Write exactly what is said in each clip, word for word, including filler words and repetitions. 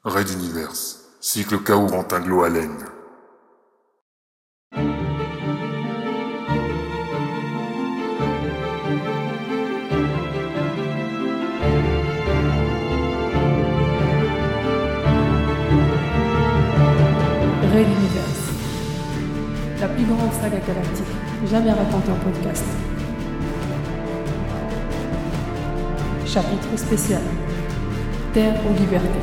Raid Universe, cycle Kaour-Antinglo-Allen. Raid Universe, la plus grande saga galactique jamais racontée en podcast. Chapitre spécial, Terre aux libertés.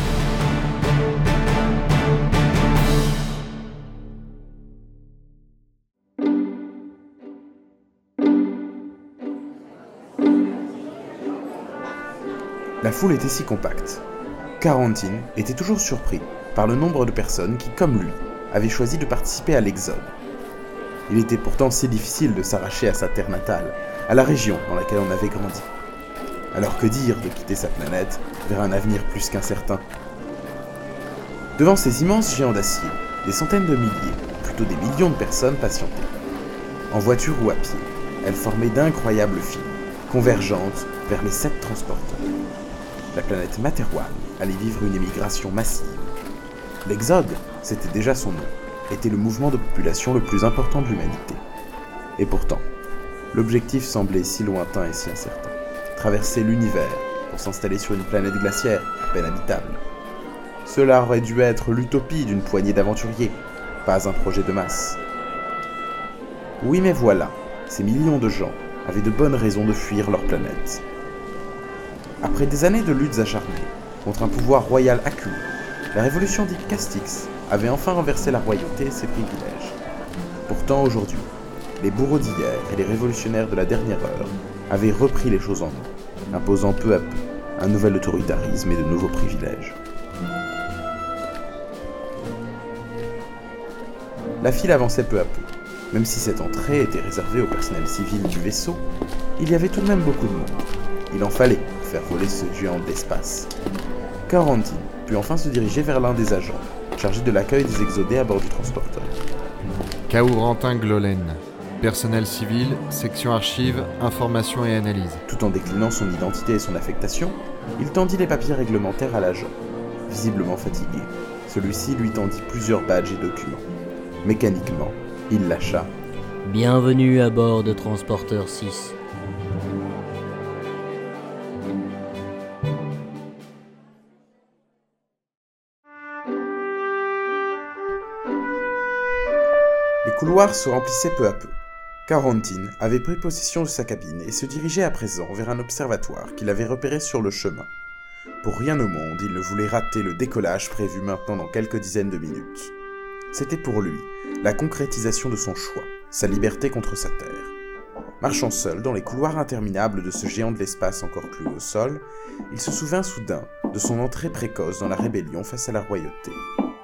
La foule était si compacte. Quarantine était toujours surpris par le nombre de personnes qui, comme lui, avaient choisi de participer à l'Exode. Il était pourtant si difficile de s'arracher à sa terre natale, à la région dans laquelle on avait grandi. Alors que dire de quitter sa planète vers un avenir plus qu'incertain? Devant ces immenses géants d'acier, des centaines de milliers, plutôt des millions de personnes patientaient. En voiture ou à pied, elles formaient d'incroyables files, convergentes vers les sept transporteurs. La planète Materwan allait vivre une émigration massive. L'Exode, c'était déjà son nom, était le mouvement de population le plus important de l'humanité. Et pourtant, l'objectif semblait si lointain et si incertain. Traverser l'univers pour s'installer sur une planète glaciaire, à peine habitable. Cela aurait dû être l'utopie d'une poignée d'aventuriers, pas un projet de masse. Oui, mais voilà, ces millions de gens avaient de bonnes raisons de fuir leur planète. Après des années de luttes acharnées contre un pouvoir royal acculé, la révolution dite Castix avait enfin renversé la royauté et ses privilèges. Pourtant aujourd'hui, les bourreaux d'hier et les révolutionnaires de la dernière heure avaient repris les choses en main, imposant peu à peu un nouvel autoritarisme et de nouveaux privilèges. La file avançait peu à peu. Même si cette entrée était réservée au personnel civil du vaisseau, il y avait tout de même beaucoup de monde. Il en fallait pour faire voler ce géant de l'espace. Quarantine put enfin se diriger vers l'un des agents, chargé de l'accueil des exodés à bord du transporteur. Kaour-Antinglo-Allen, personnel civil, section archives, information et analyse. Tout en déclinant son identité et son affectation, il tendit les papiers réglementaires à l'agent. Visiblement fatigué, celui-ci lui tendit plusieurs badges et documents. Mécaniquement, il lâcha. Bienvenue à bord de Transporteur six. Les couloirs se remplissaient peu à peu. Quarantine avait pris possession de sa cabine et se dirigeait à présent vers un observatoire qu'il avait repéré sur le chemin. Pour rien au monde, il ne voulait rater le décollage prévu maintenant dans quelques dizaines de minutes. C'était pour lui la concrétisation de son choix, sa liberté contre sa terre. Marchant seul dans les couloirs interminables de ce géant de l'espace encore cloué au sol, il se souvint soudain de son entrée précoce dans la rébellion face à la royauté.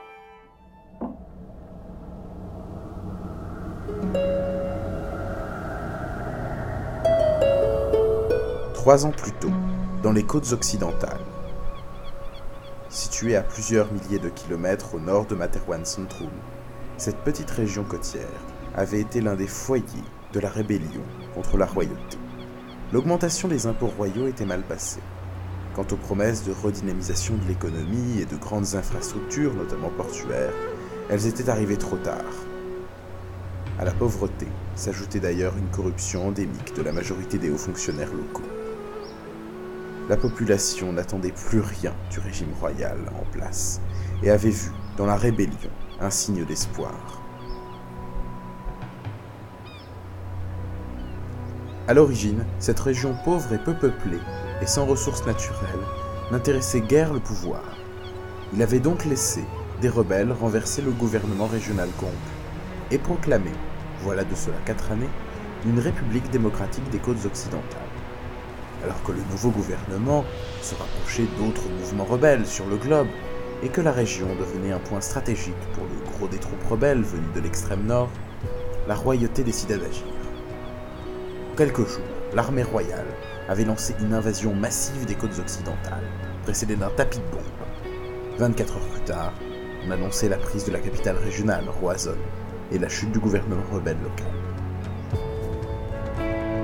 Trois ans plus tôt, dans les côtes occidentales. Située à plusieurs milliers de kilomètres au nord de Materwan Centrum, cette petite région côtière avait été l'un des foyers de la rébellion contre la royauté. L'augmentation des impôts royaux était mal passée. Quant aux promesses de redynamisation de l'économie et de grandes infrastructures, notamment portuaires, elles étaient arrivées trop tard. À la pauvreté s'ajoutait d'ailleurs une corruption endémique de la majorité des hauts fonctionnaires locaux. La population n'attendait plus rien du régime royal en place et avait vu dans la rébellion un signe d'espoir. À l'origine, cette région pauvre et peu peuplée et sans ressources naturelles n'intéressait guère le pouvoir. Il avait donc laissé des rebelles renverser le gouvernement régional Gomp et proclamer, voilà de cela quatre années, une république démocratique des côtes occidentales. Alors que le nouveau gouvernement se rapprochait d'autres mouvements rebelles sur le globe et que la région devenait un point stratégique pour le gros des troupes rebelles venues de l'extrême nord, la royauté décida d'agir. En quelques jours, l'armée royale avait lancé une invasion massive des côtes occidentales, précédée d'un tapis de bombes. vingt-quatre heures plus tard, on annonçait la prise de la capitale régionale, Roazhon, et la chute du gouvernement rebelle local.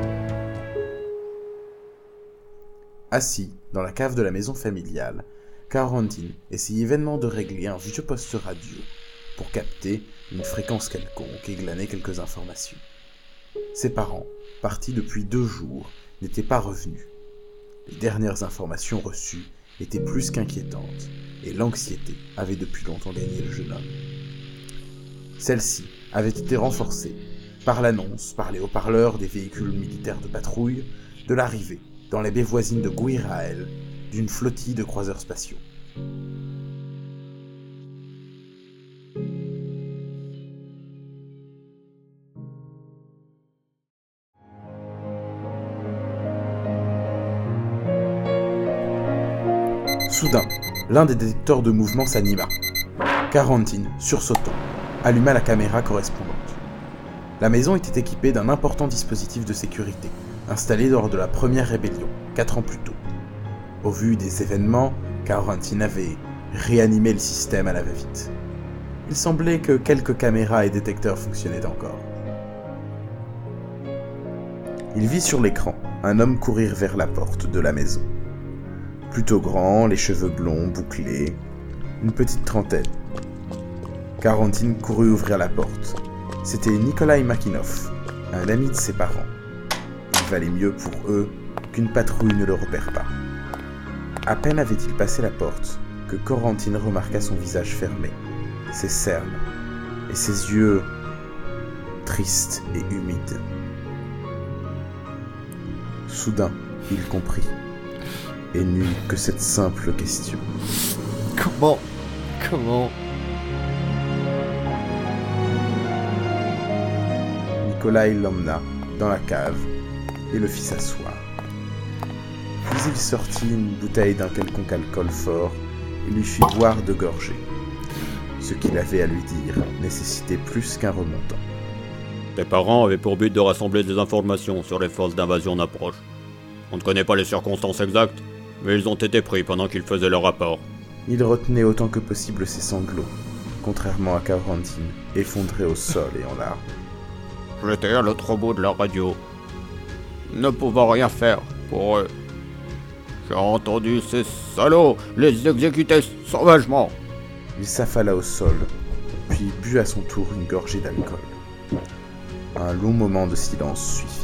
Assis dans la cave de la maison familiale, Quarantine essayait vainement de régler un vieux poste radio pour capter une fréquence quelconque et glaner quelques informations. Ses parents, partis depuis deux jours, n'étaient pas revenus. Les dernières informations reçues étaient plus qu'inquiétantes, et l'anxiété avait depuis longtemps gagné le jeune homme. Celle-ci avait été renforcée par l'annonce, par les haut-parleurs des véhicules militaires de patrouille, de l'arrivée, dans les baies voisines de Guirael, d'une flottille de croiseurs spatiaux. Soudain, l'un des détecteurs de mouvement s'anima. Quarantine, sursautant, alluma la caméra correspondante. La maison était équipée d'un important dispositif de sécurité, installé lors de la première rébellion, quatre ans plus tôt. Au vu des événements, Quarantine avait réanimé le système à la va-vite. Il semblait que quelques caméras et détecteurs fonctionnaient encore. Il vit sur l'écran un homme courir vers la porte de la maison. Plutôt grand, les cheveux blonds, bouclés, une petite trentaine. Quarantine courut ouvrir la porte. C'était Nikolai Makinov, un ami de ses parents. Il valait mieux pour eux qu'une patrouille ne le repère pas. À peine avait-il passé la porte que Quarantine remarqua son visage fermé, ses cernes et ses yeux tristes et humides. Soudain, il comprit, et n'eut que cette simple question. Comment Comment Nikolai l'emmena dans la cave et le fit s'asseoir. Puis il sortit une bouteille d'un quelconque alcool fort et lui fit boire deux gorgées. Ce qu'il avait à lui dire nécessitait plus qu'un remontant. Tes parents avaient pour but de rassembler des informations sur les forces d'invasion d'approche. On ne connaît pas les circonstances exactes, mais ils ont été pris pendant qu'ils faisaient leur rapport. Il retenait autant que possible ses sanglots, contrairement à Quarantine, effondré au sol et en larmes. J'étais à l'autre bout de la radio, ne pouvant rien faire pour eux. J'ai entendu ces salauds les exécuter sauvagement. Il s'affala au sol, puis but à son tour une gorgée d'alcool. Un long moment de silence suivit.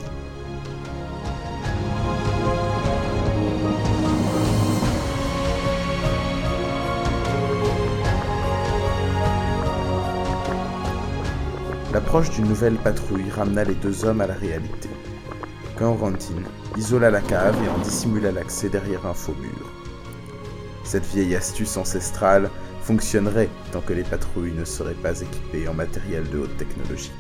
L'approche d'une nouvelle patrouille ramena les deux hommes à la réalité. Quarantine isola la cave et en dissimula l'accès derrière un faux mur. Cette vieille astuce ancestrale fonctionnerait tant que les patrouilles ne seraient pas équipées en matériel de haute technologie.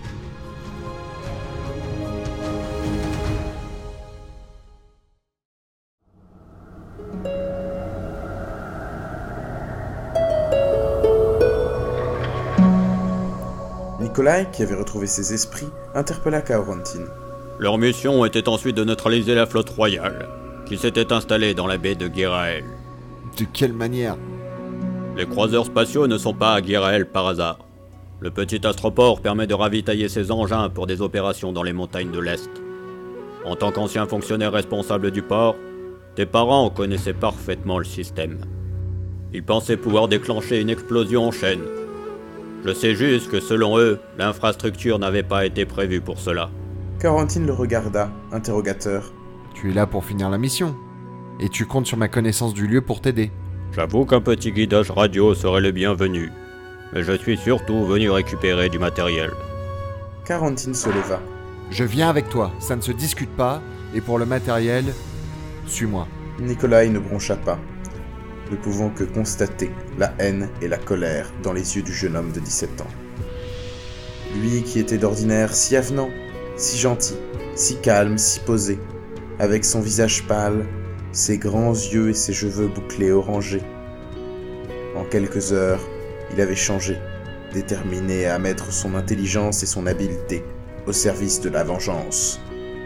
Nikolai, qui avait retrouvé ses esprits, interpella Quarantine. Leur mission était ensuite de neutraliser la flotte royale, qui s'était installée dans la baie de Guirael. De quelle manière ? Les croiseurs spatiaux ne sont pas à Guirael par hasard. Le petit astroport permet de ravitailler ses engins pour des opérations dans les montagnes de l'Est. En tant qu'ancien fonctionnaire responsable du port, tes parents connaissaient parfaitement le système. Ils pensaient pouvoir déclencher une explosion en chaîne. Je sais juste que selon eux, l'infrastructure n'avait pas été prévue pour cela. Quarantine le regarda, interrogateur. Tu es là pour finir la mission. Et tu comptes sur ma connaissance du lieu pour t'aider. J'avoue qu'un petit guidage radio serait le bienvenu. Mais je suis surtout venu récupérer du matériel. Quarantine se leva. Je viens avec toi, ça ne se discute pas. Et pour le matériel, suis-moi. Nikolai ne broncha pas, ne pouvant que constater la haine et la colère dans les yeux du jeune homme de dix-sept ans. Lui qui était d'ordinaire si avenant, si gentil, si calme, si posé, avec son visage pâle, ses grands yeux et ses cheveux bouclés orangés. En quelques heures, il avait changé, déterminé à mettre son intelligence et son habileté au service de la vengeance.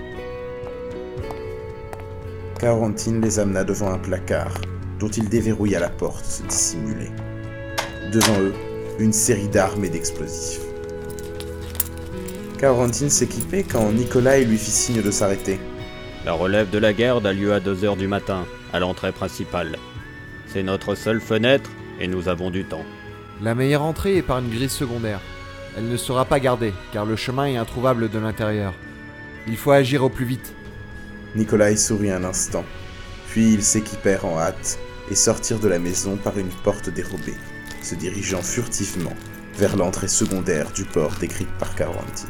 Quarantine les amena devant un placard, dont il déverrouilla la porte dissimulée. Devant eux, une série d'armes et d'explosifs. Quarantine s'équipait quand Nikolai lui fit signe de s'arrêter. La relève de la garde a lieu à deux heures du matin, à l'entrée principale. C'est notre seule fenêtre et nous avons du temps. La meilleure entrée est par une grille secondaire. Elle ne sera pas gardée, car le chemin est introuvable de l'intérieur. Il faut agir au plus vite. Nikolai sourit un instant, puis ils s'équipèrent en hâte et sortirent de la maison par une porte dérobée, se dirigeant furtivement vers l'entrée secondaire du port décrite par Quarantine.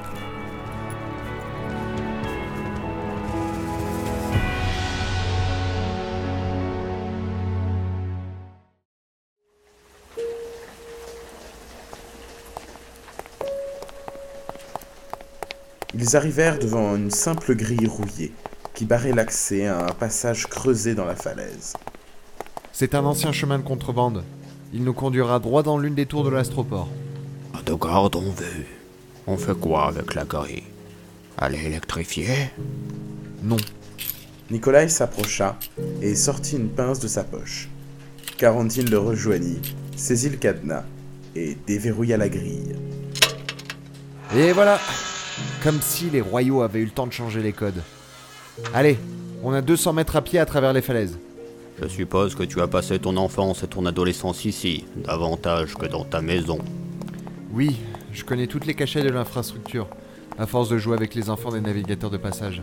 Ils arrivèrent devant une simple grille rouillée qui barrait l'accès à un passage creusé dans la falaise. C'est un ancien chemin de contrebande. Il nous conduira droit dans l'une des tours de l'astroport. De garde on veut. On fait quoi avec la grille? Elle est électrifiée? Non. Nikolai s'approcha et sortit une pince de sa poche. Quarantine le rejoignit, saisit le cadenas et déverrouilla la grille. Et voilà! Comme si les royaux avaient eu le temps de changer les codes. Allez, on a deux cents mètres à pied à travers les falaises. Je suppose que tu as passé ton enfance et ton adolescence ici, davantage que dans ta maison. Oui, je connais toutes les cachets de l'infrastructure, à force de jouer avec les enfants des navigateurs de passage.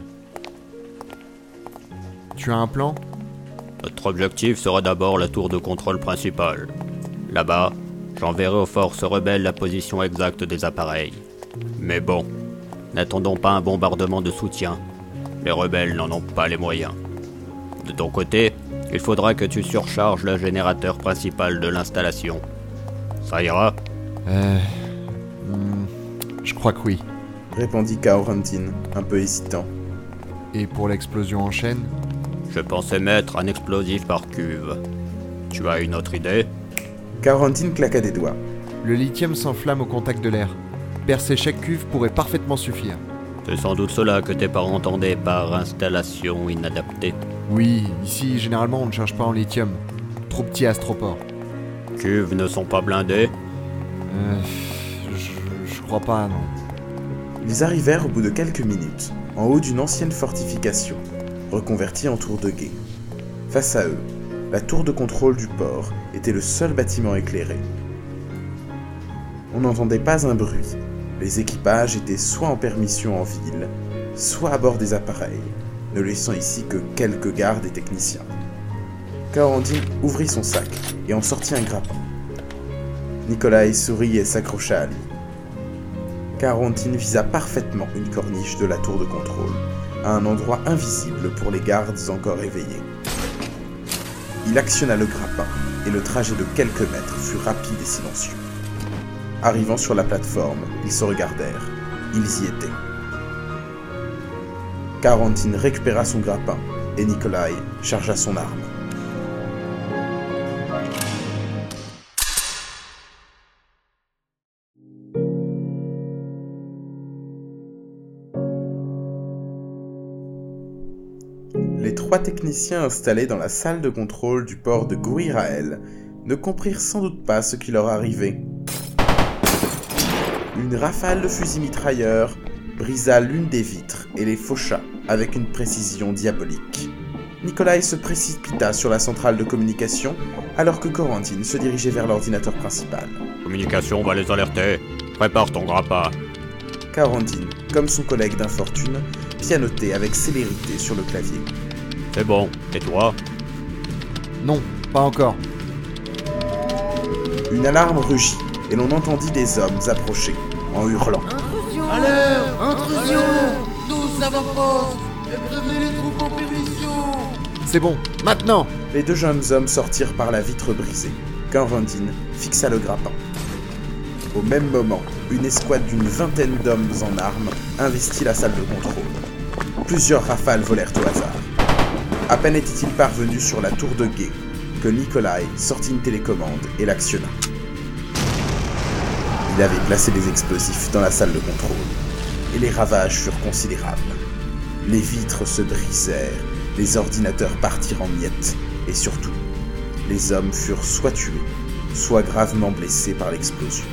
Tu as un plan? Notre objectif sera d'abord la tour de contrôle principale. Là-bas, j'enverrai aux forces rebelles la position exacte des appareils. Mais bon, n'attendons pas un bombardement de soutien. Les rebelles n'en ont pas les moyens. De ton côté, il faudra que tu surcharges le générateur principal de l'installation. Ça ira? Euh... Hmm, je crois que oui. Répondit Quarantine, un peu hésitant. Et pour l'explosion en chaîne? Je pensais mettre un explosif par cuve. Tu as une autre idée? Quarantine claqua des doigts. Le lithium s'enflamme au contact de l'air. Percer chaque cuve pourrait parfaitement suffire. C'est sans doute cela que tes parents entendaient par installation inadaptée. Oui, ici, généralement, on ne charge pas en lithium. Trop petit astroport. Cuves ne sont pas blindées? Euh... Je, je crois pas, non. Ils arrivèrent au bout de quelques minutes, en haut d'une ancienne fortification, reconvertie en tour de guet. Face à eux, la tour de contrôle du port était le seul bâtiment éclairé. On n'entendait pas un bruit. Les équipages étaient soit en permission en ville, soit à bord des appareils, ne laissant ici que quelques gardes et techniciens. Quarantine ouvrit son sac et en sortit un grappin. Nikolai sourit et s'accrocha à lui. Quarantine visa parfaitement une corniche de la tour de contrôle, à un endroit invisible pour les gardes encore éveillés. Il actionna le grappin et le trajet de quelques mètres fut rapide et silencieux. Arrivant sur la plateforme, ils se regardèrent. Ils y étaient. Quarantine récupéra son grappin et Nikolai chargea son arme. Les trois techniciens installés dans la salle de contrôle du port de Guirael ne comprirent sans doute pas ce qui leur arrivait. Une rafale de fusils mitrailleurs brisa l'une des vitres et les faucha avec une précision diabolique. Nikolai se précipita sur la centrale de communication alors que Quarantine se dirigeait vers l'ordinateur principal. Communication va les alerter. Prépare ton grappin. Quarantine, comme son collègue d'infortune, pianotait avec célérité sur le clavier. C'est bon. Et toi? Non, pas encore. Une alarme rugit et l'on entendit des hommes approcher en hurlant. Intrusion! À l'heure! Intrusion! Tous avant-poste! Prévenez les troupes en permission! C'est bon, maintenant! Les deux jeunes hommes sortirent par la vitre brisée. Quarantine fixa le grappin. Au même moment, une escouade d'une vingtaine d'hommes en armes investit la salle de contrôle. Plusieurs rafales volèrent au hasard. À peine était-il parvenu sur la tour de guet que Nikolai sortit une télécommande et l'actionna. Il avait placé des explosifs dans la salle de contrôle, et les ravages furent considérables. Les vitres se brisèrent, les ordinateurs partirent en miettes, et surtout, les hommes furent soit tués, soit gravement blessés par l'explosion.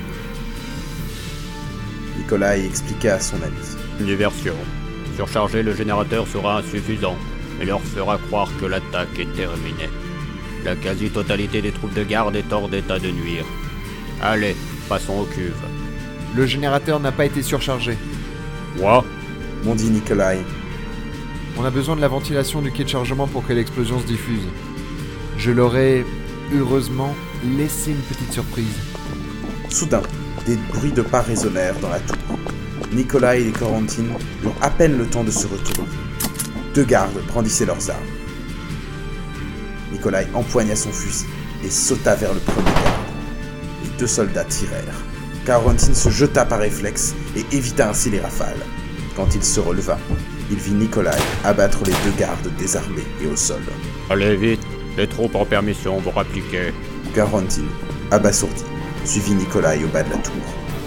Nikolai expliqua à son ami. Une diversion. Surcharger le générateur sera insuffisant, et leur fera croire que l'attaque est terminée. La quasi-totalité des troupes de garde est hors d'état de nuire. Allez, passons aux cuves. Le générateur n'a pas été surchargé. Quoi ? m'ont dit Nikolai. On a besoin de la ventilation du quai de chargement pour que l'explosion se diffuse. Je leur ai, heureusement, laissé une petite surprise. Soudain, des bruits de pas résonnèrent dans la tour. Nikolai et Corentin eurent à peine le temps de se retourner. Deux gardes brandissaient leurs armes. Nikolai empoigna son fusil et sauta vers le premier garde. Les deux soldats tirèrent. Corentin se jeta par réflexe et évita ainsi les rafales. Quand il se releva, il vit Nikolai abattre les deux gardes désarmés et au sol. Allez vite, les troupes en permission vont rappliquer. Corentin, abasourdi, suivit Nikolai au bas de la tour.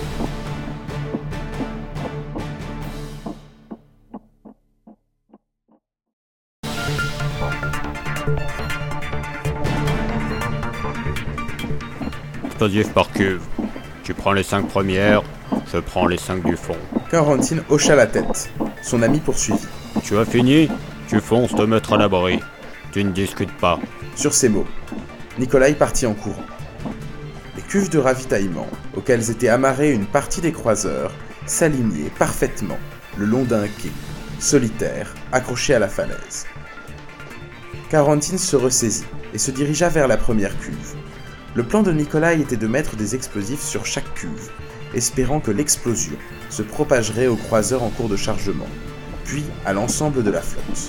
Explosif par cuve. Tu prends les cinq premières, je prends les cinq du fond. Corentin hocha la tête. Son ami poursuivit. Tu as fini ? Tu fonces te mettre à l'abri. Tu ne discutes pas. Sur ces mots, Nikolai partit en courant. Les cuves de ravitaillement, auxquelles était amarrée une partie des croiseurs, s'alignaient parfaitement le long d'un quai, solitaire, accroché à la falaise. Corentin se ressaisit et se dirigea vers la première cuve. Le plan de Nikolai était de mettre des explosifs sur chaque cuve, espérant que l'explosion se propagerait aux croiseurs en cours de chargement, puis à l'ensemble de la flotte.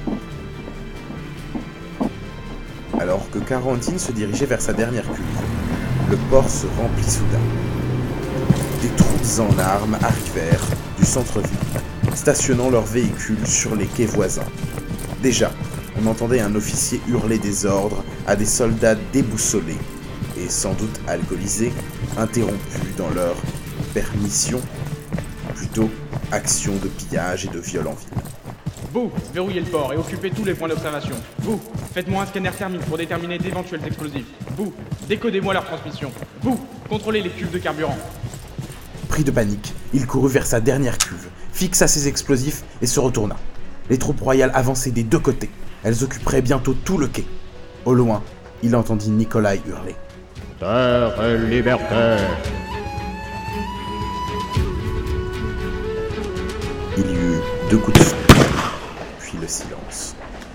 Alors que Corentin se dirigeait vers sa dernière cuve, le port se remplit soudain. Des troupes en armes arrivèrent du centre-ville, stationnant leurs véhicules sur les quais voisins. Déjà, on entendait un officier hurler des ordres à des soldats déboussolés et sans doute alcoolisés, interrompus dans leur permission, plutôt action de pillage et de viol en ville. Vous, verrouillez le port et occupez tous les points d'observation. Vous, faites-moi un scanner thermique pour déterminer d'éventuels explosifs. Vous, décodez-moi leur transmission. Vous, contrôlez les cuves de carburant. Pris de panique, il courut vers sa dernière cuve, fixa ses explosifs et se retourna. Les troupes royales avançaient des deux côtés. Elles occuperaient bientôt tout le quai. Au loin, il entendit Nikolai hurler. Terre et liberté. Il y eut deux coups de feu, puis le silence.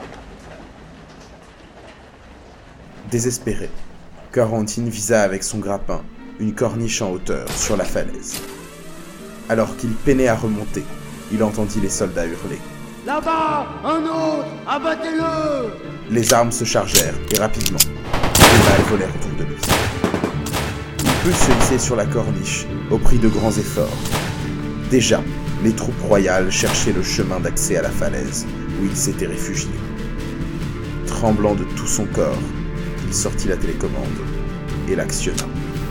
Désespéré, Corentin visa avec son grappin une corniche en hauteur sur la falaise. Alors qu'il peinait à remonter, il entendit les soldats hurler. Là-bas, un autre, abattez-le! Les armes se chargèrent, et rapidement, les balles volèrent autour de lui. Il put se hisser sur la corniche, au prix de grands efforts. Déjà, les troupes royales cherchaient le chemin d'accès à la falaise, où il s'était réfugié. Tremblant de tout son corps, il sortit la télécommande et l'actionna.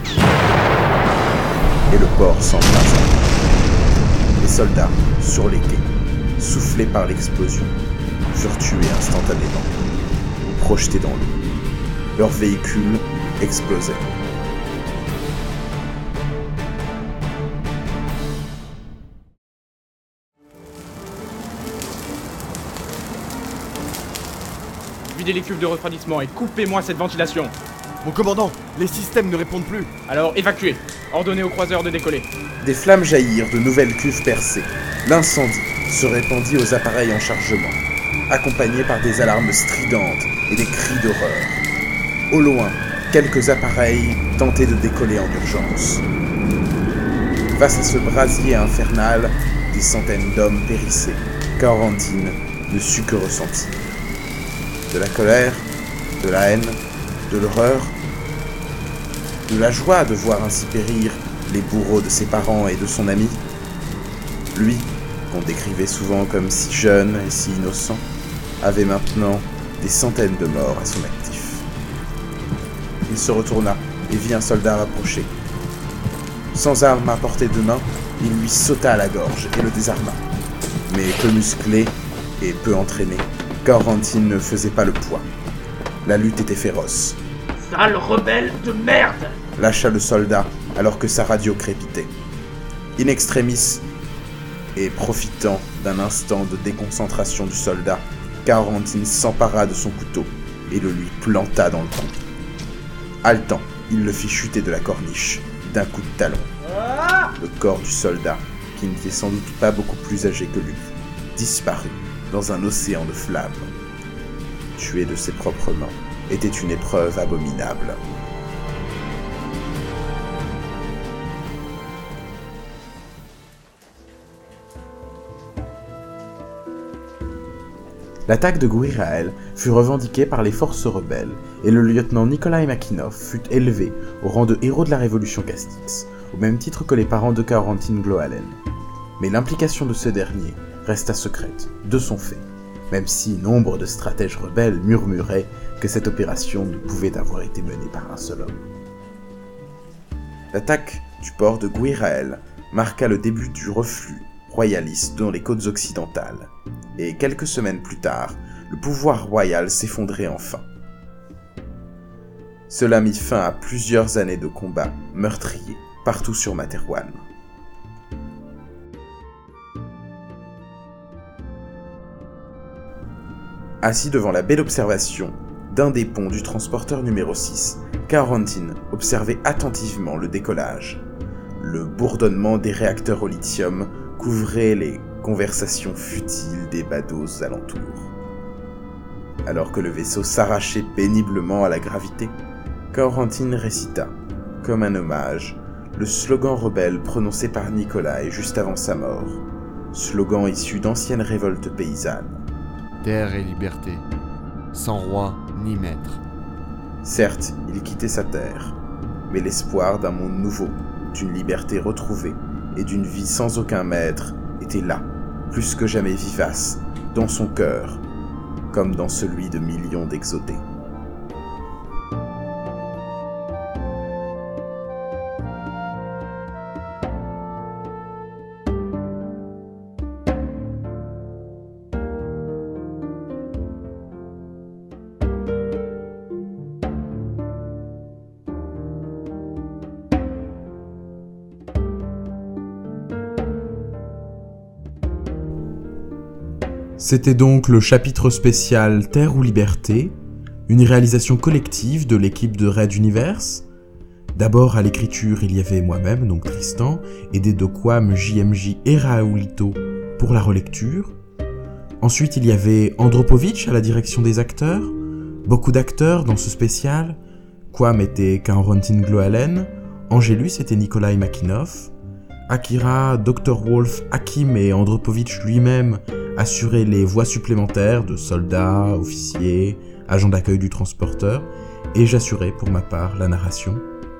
Et le port s'embrasa. Les soldats, sur les quais, soufflés par l'explosion, furent tués instantanément, ou projetés dans l'eau. Leurs véhicules explosaient. Videz les cuves de refroidissement et coupez-moi cette ventilation. Mon commandant, les systèmes ne répondent plus. Alors évacuez. Ordonnez aux croiseurs de décoller. Des flammes jaillirent de nouvelles cuves percées. L'incendie se répandit aux appareils en chargement, accompagné par des alarmes stridentes et des cris d'horreur. Au loin, quelques appareils tentaient de décoller en urgence. Face à ce brasier infernal, des centaines d'hommes périssaient. Corentin ne sut que ressentir. De la colère, de la haine, de l'horreur, de la joie de voir ainsi périr les bourreaux de ses parents et de son ami. Lui, qu'on décrivait souvent comme si jeune et si innocent, avait maintenant des centaines de morts à son actif. Il se retourna et vit un soldat rapprocher. Sans arme à portée de main, il lui sauta à la gorge et le désarma. Mais peu musclé et peu entraîné, Corentin ne faisait pas le poids. La lutte était féroce. Sale rebelle de merde! Lâcha le soldat alors que sa radio crépitait. In extremis, et profitant d'un instant de déconcentration du soldat, Corentin s'empara de son couteau et le lui planta dans le cou. Haletant, il le fit chuter de la corniche d'un coup de talon. Le corps du soldat, qui n'était sans doute pas beaucoup plus âgé que lui, disparut dans un océan de flammes. Tuer de ses propres mains était une épreuve abominable. L'attaque de Guirael fut revendiquée par les forces rebelles et le lieutenant Nikolai Makinov fut élevé au rang de héros de la révolution Castix, au même titre que les parents de Corentin Gloalen. Mais l'implication de ce dernier resta secrète, de son fait, même si nombre de stratèges rebelles murmuraient que cette opération ne pouvait avoir été menée par un seul homme. L'attaque du port de Guirael marqua le début du reflux royaliste dans les côtes occidentales, et quelques semaines plus tard, le pouvoir royal s'effondrait enfin. Cela mit fin à plusieurs années de combats meurtriers partout sur Materwan. Assis devant la baie d'observation d'un des ponts du transporteur numéro six, Corentin observait attentivement le décollage. Le bourdonnement des réacteurs au lithium couvrait les conversations futiles des badauds alentours. Alors que le vaisseau s'arrachait péniblement à la gravité, Corentin récita, comme un hommage, le slogan rebelle prononcé par Nikolai juste avant sa mort, slogan issu d'anciennes révoltes paysannes. Terre et liberté, sans roi ni maître. Certes, il quittait sa terre, mais l'espoir d'un monde nouveau, d'une liberté retrouvée et d'une vie sans aucun maître était là, plus que jamais vivace, dans son cœur, comme dans celui de millions d'exodés. C'était donc le chapitre spécial Terre ou Liberté, une réalisation collective de l'équipe de Red Universe. D'abord à l'écriture il y avait moi-même, donc Tristan, aidé de Quam, J M J et Raoulito pour la relecture. Ensuite il y avait Andropovitch à la direction des acteurs, beaucoup d'acteurs dans ce spécial. Quam était Corentin Gloalen, Angelus était Nikolai Makinov, Akira, docteur Wolf, Hakim et Andropovitch lui-même assuraient les voix supplémentaires de soldats, officiers, agents d'accueil du transporteur, et j'assurais pour ma part la narration.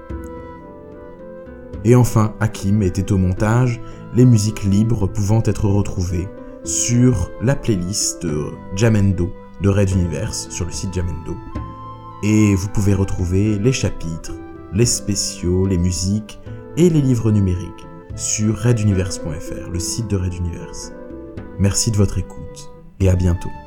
Et enfin, Hakim était au montage, les musiques libres pouvant être retrouvées sur la playlist de Jamendo de Red Universe, sur le site Jamendo. Et vous pouvez retrouver les chapitres, les spéciaux, les musiques et les livres numériques sur red universe point f r, le site de Red Universe. Merci de votre écoute et à bientôt.